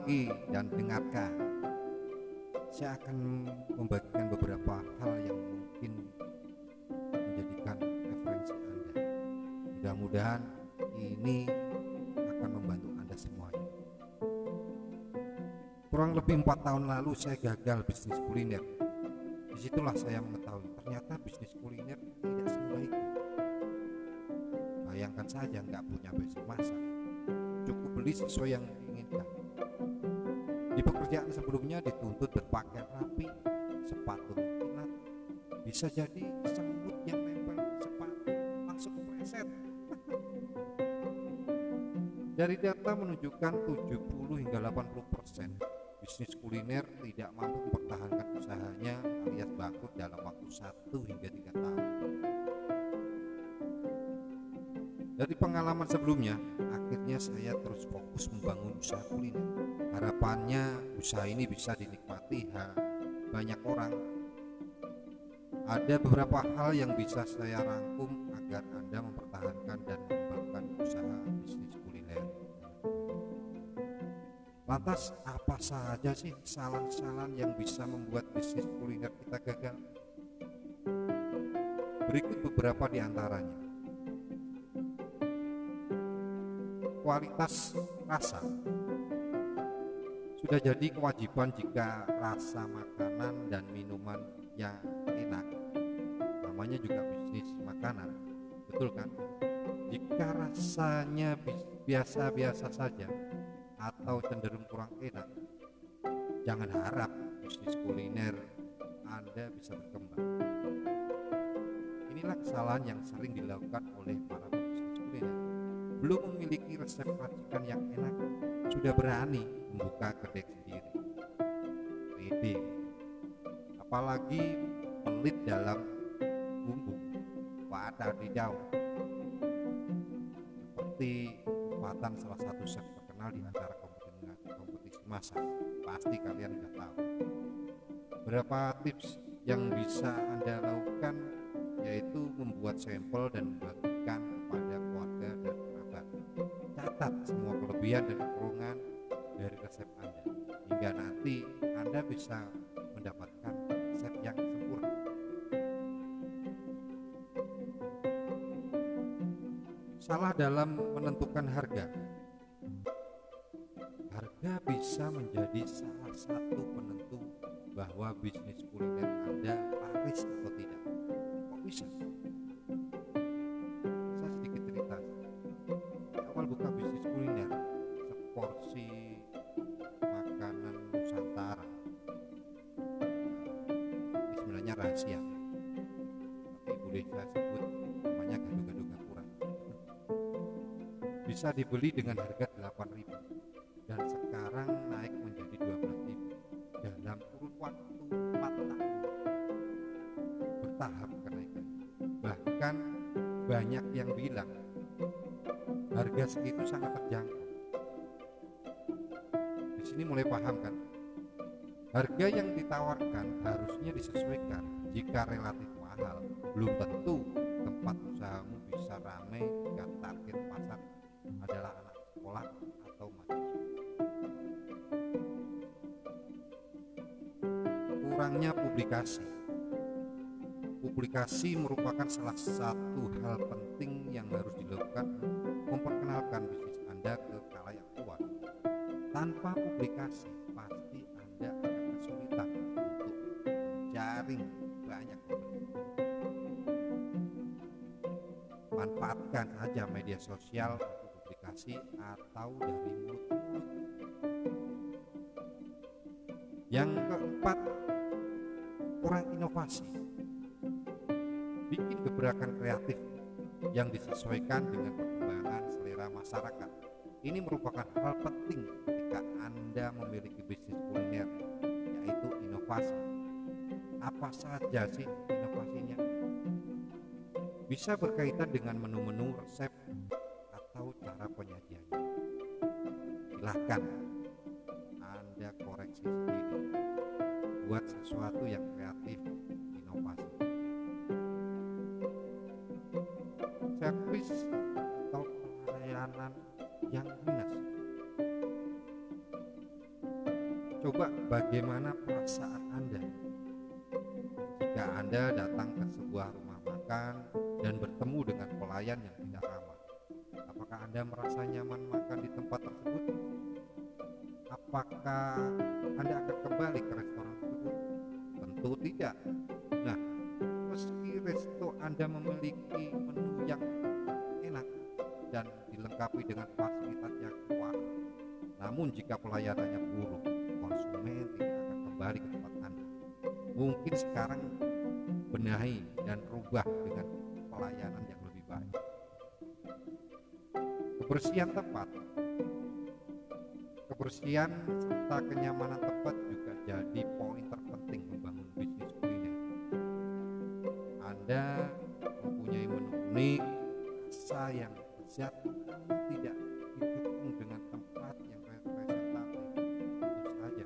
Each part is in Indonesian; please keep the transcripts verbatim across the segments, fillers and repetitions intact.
lagi dan dengarkan. Saya akan membagikan beberapa hal yang mungkin menjadikan referensi Anda. Mudah-mudahan ini akan membantu Anda semuanya. Kurang lebih empat tahun lalu saya gagal bisnis kuliner. Disitulah saya mengetahui ternyata bisnis kuliner tidak semudah itu. Bayangkan saja nggak punya basic masak, cukup beli sesuai yang diinginkan. Di pekerjaan sebelumnya dituntut berpakaian rapi, sepatu kilat, bisa jadi semut yang nempel di sepatu langsung preset. Dari data menunjukkan tujuh puluh hingga delapan puluh persen bisnis kuliner tidak mampu mempertahankan usahanya alias bangkrut dalam waktu satu hingga tiga tahun. Dari pengalaman sebelumnya, akhirnya saya terus fokus membangun usaha kuliner. Harapannya usaha ini bisa dinikmati ha, banyak orang. Ada beberapa hal yang bisa saya rangkum agar Anda mempertahankan dan mengembangkan usaha bisnis kuliner. Lantas apa saja sih kesalahan-kesalahan yang bisa membuat bisnis kuliner kita gagal? Berikut beberapa di antaranya. Kualitas rasa. Sudah jadi kewajiban jika rasa makanan dan minuman yang enak. Namanya juga bisnis makanan, betul kan? Jika rasanya biasa-biasa saja atau cenderung kurang enak, jangan harap bisnis kuliner Anda bisa berkembang. Inilah kesalahan yang sering dilakukan oleh para pebisnis kuliner. Belum memiliki resep racikan yang enak, sudah berani membuka kedai sendiri. Pede, apalagi pelit dalam bumbu, wadaw, seperti kekuatan salah satu chef terkenal di antara kompetisi, kompetisi masak. Pasti kalian sudah tahu. Beberapa tips yang bisa Anda lakukan yaitu membuat sampel dan membagikan kepada keluarga dan kerabat. Catat semua kelebihan dan kekurangan dari resep Anda hingga nanti Anda bisa mendapatkan resep yang sempurna. Salah dalam menentukan harga. Harga bisa menjadi salah satu penentu bahwa bisnis kuliner Anda laris atau tidak. Kok bisa? Saya sedikit cerita. Di awal buka bisnis kuliner, seporsi makanan Nusantara ini sebenarnya rahasia, tapi boleh saya sebut namanya gado-gado Gapura. Bisa dibeli dengan harga delapan ribu dan sekarang naik menjadi dua belas ribu dalam kurun waktu empat tahun. Bertahap kenaikan. Bahkan banyak yang bilang harga segitu sangat terjangkau. Di sini mulai paham kan? Harga yang ditawarkan harusnya disesuaikan. Jika relatif mahal, belum tentu tempat usahamu bisa ramai jika target pasar adalah anak sekolah atau mahasiswa. Kurangnya publikasi. Publikasi merupakan salah satu hal penting yang harus dilakukan memperkenalkan bisnis Anda ke khalayak luas. Tanpa publikasi, pasti Anda akan kesulitan untuk menjaring banyak pembeli. Manfaatkan saja media sosial untuk publikasi atau dari mulut ke mulut. Yang keempat, kurang inovasi. Bikin gebrakan kreatif yang disesuaikan dengan perkembangan selera masyarakat. Ini merupakan hal penting ketika Anda memiliki bisnis kuliner, yaitu inovasi. Apa saja sih inovasinya? Bisa berkaitan dengan menu-menu, resep, atau cara penyajiannya. Silahkan Anda koreksi sendiri. Buat sesuatu yang kreatif, inovasi. Servis atau pelayanan yang minus. bagaimana perasaan Anda jika Anda datang ke sebuah rumah makan dan bertemu dengan pelayan yang tidak ramah? Apakah Anda merasa nyaman makan di tempat tersebut? Apakah Anda akan kembali ke restoran tersebut? Tentu tidak. Nah, meski resto Anda memiliki menu yang enak dan dilengkapi dengan fasilitas yang wah, namun jika pelayanannya buruk, konsumen tidak akan kembali ke tempat Anda. Mungkin sekarang benahi dan rubah dengan pelayanan yang lebih baik. Kebersihan tempat, kebersihan serta kenyamanan tempat juga jadi poin terpenting membangun bisnis kuliner. Anda mempunyai menu unik, rasa yang lezat, namun tidak didukung dengan tempat yang representatif. Tentu saja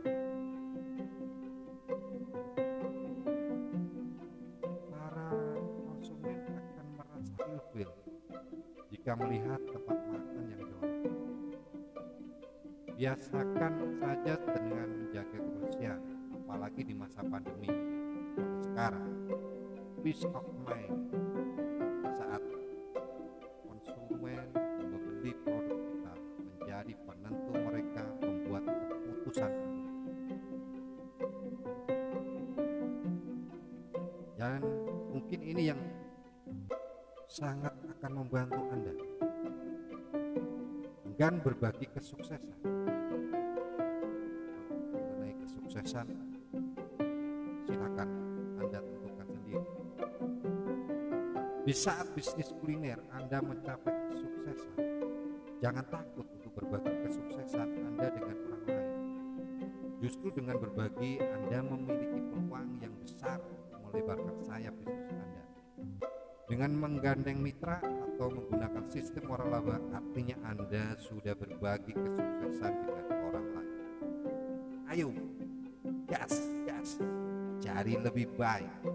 para konsumen akan merasa ilfil jika melihat tempat makan yang jorok. Biasakan saja dengan menjaga kebersihan, apalagi di masa pandemi seperti sekarang. Peace of mind saat konsumen membeli produk kita menjadi penentu mereka membuat keputusan. Dan mungkin ini yang sangat akan membantu Anda enggan berbagi kesuksesan. Mengenai kesuksesan, silakan Anda tentukan sendiri. Di saat bisnis kuliner Anda mencapai kesuksesan, jangan takut untuk berbagi kesuksesan Anda dengan orang lain. Justru dengan berbagi, Anda memiliki peluang yang besar untuk melebarkan sayap bisnis Anda. Dengan menggandeng mitra atau menggunakan sistem waralaba, artinya Anda sudah berbagi kesuksesan dengan orang lain. Ayo, gas, gas, cari lebih baik.